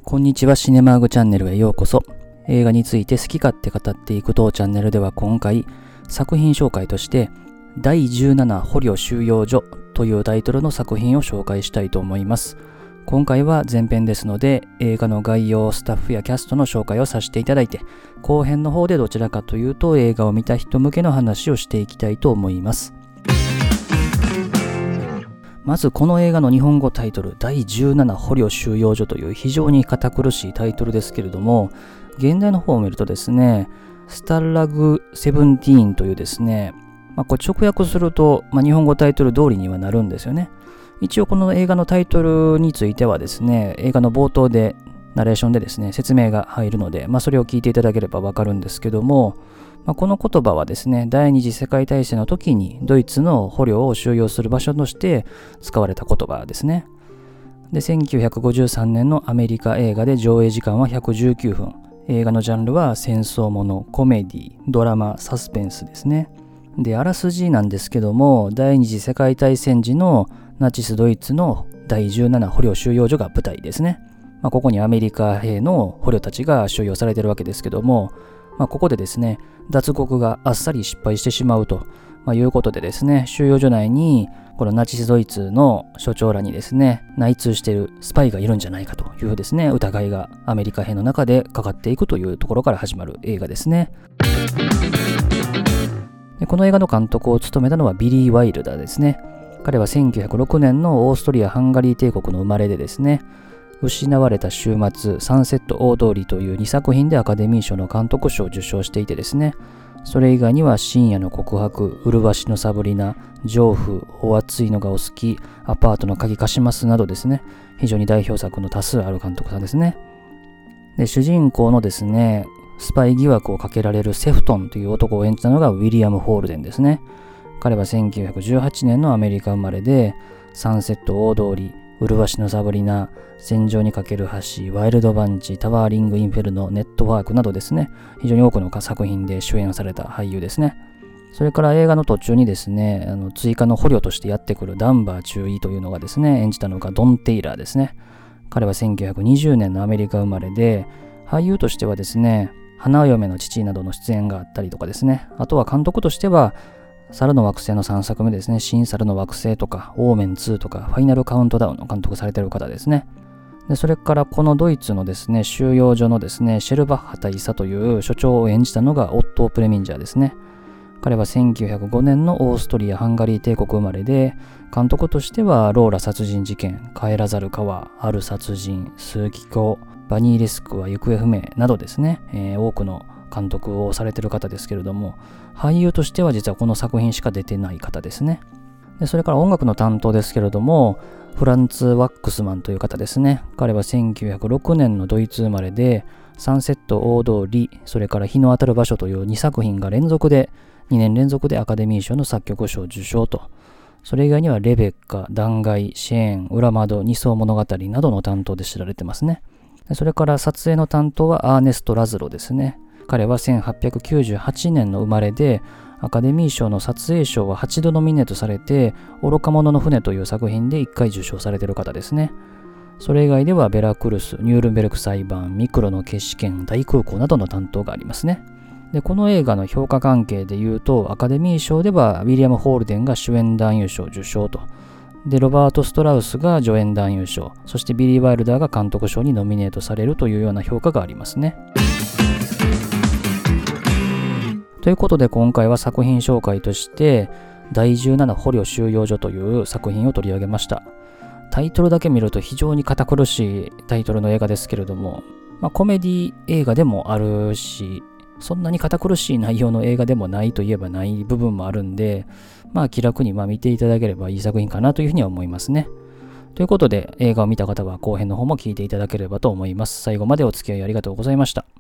こんにちは、シネマーグチャンネルへようこそ。映画について好き勝手語っていく当チャンネルでは今回、作品紹介として第17捕虜収容所というタイトルの作品を紹介したいと思います。今回は前編ですので、映画の概要、スタッフやキャストの紹介をさせていただいて、後編の方でどちらかというと映画を見た人向けの話をしていきたいと思います。まずこの映画の日本語タイトル第17捕虜収容所という非常に堅苦しいタイトルですけれども、現代の方を見るとですね、スタラグ17というですね、これ直訳すると、日本語タイトル通りにはなるんですよね。一応この映画のタイトルについてはですね、映画の冒頭でナレーションでですね、説明が入るので、それを聞いていただければわかるんですけども、この言葉はですね、第二次世界大戦の時にドイツの捕虜を収容する場所として使われた言葉ですね。で、1953年のアメリカ映画で上映時間は119分。映画のジャンルは戦争もの、コメディ、ドラマ、サスペンスですね。で、あらすじなんですけども、第二次世界大戦時のナチスドイツの第17捕虜収容所が舞台ですね。ここにアメリカ兵の捕虜たちが収容されているわけですけども、ここでですね、脱獄があっさり失敗してしまうと、いうことでですね、収容所内にこのナチスドイツの所長らにですね、内通しているスパイがいるんじゃないかというですね、疑いがアメリカ兵の中でかかっていくというところから始まる映画ですね。で、この映画の監督を務めたのはビリー・ワイルダーですね。彼は1906年のオーストリア・ハンガリー帝国の生まれでですね、失われた週末、サンセット大通りという2作品でアカデミー賞の監督賞を受賞していてですね、それ以外には深夜の告白、麗しのサブリナ、情婦、お熱いのがお好き、アパートの鍵貸しますなどですね、非常に代表作の多数ある監督さんですね。で、主人公のですね、スパイ疑惑をかけられるセフトンという男を演じたのがウィリアム・ホールデンですね。彼は1918年のアメリカ生まれで、サンセット大通り、麗しのサブリナ、戦場にかける橋、ワイルドバンチ、タワーリングインフェルノ、ネットワークなどですね、非常に多くの作品で主演された俳優ですね。それから映画の途中にですね、追加の捕虜としてやってくるダンバー中尉というのがですね、演じたのがドン・テイラーですね。彼は1920年のアメリカ生まれで、俳優としてはですね、花嫁の父などの出演があったりとかですね、あとは監督としては、猿の惑星の3作目ですね、新猿の惑星とか、オーメン2とか、ファイナルカウントダウンの監督されている方ですね。で、それからこのドイツのですね、収容所のですね、シェルバッハ大佐という所長を演じたのがオットー・プレミンジャーですね。彼は1905年のオーストリア・ハンガリー帝国生まれで、監督としてはローラ殺人事件、帰らざる川、ある殺人、数奇行、バニーレスクは行方不明などですね、多くの監督をされている方ですけれども、俳優としては実はこの作品しか出てない方ですね。で、それから音楽の担当ですけれども、フランツ・ワックスマンという方ですね。彼は1906年のドイツ生まれで、サンセット大通り、それから日の当たる場所という2作品が2年連続でアカデミー賞の作曲賞を受賞と。それ以外にはレベッカ、断崖、シェーン、裏窓、二層物語などの担当で知られてますね。それから撮影の担当はアーネスト・ラズロですね。彼は1898年の生まれで、アカデミー賞の撮影賞は8度ノミネートされて、愚か者の船という作品で1回受賞されている方ですね。それ以外ではベラクルス、ニュールンベルク裁判、ミクロの決死権、大空港などの担当がありますね。で、この映画の評価関係で言うと、アカデミー賞ではウィリアム・ホールデンが主演男優賞を受賞と。で、ロバート・ストラウスが助演男優賞、そしてビリー・ワイルダーが監督賞にノミネートされるというような評価がありますね。ということで今回は作品紹介として第17捕虜収容所という作品を取り上げました。タイトルだけ見ると非常に堅苦しいタイトルの映画ですけれども、コメディ映画でもあるし、そんなに堅苦しい内容の映画でもないといえばない部分もあるんで、気楽に見ていただければいい作品かなというふうには思いますね。ということで映画を見た方は後編の方も聞いていただければと思います。最後までお付き合いありがとうございました。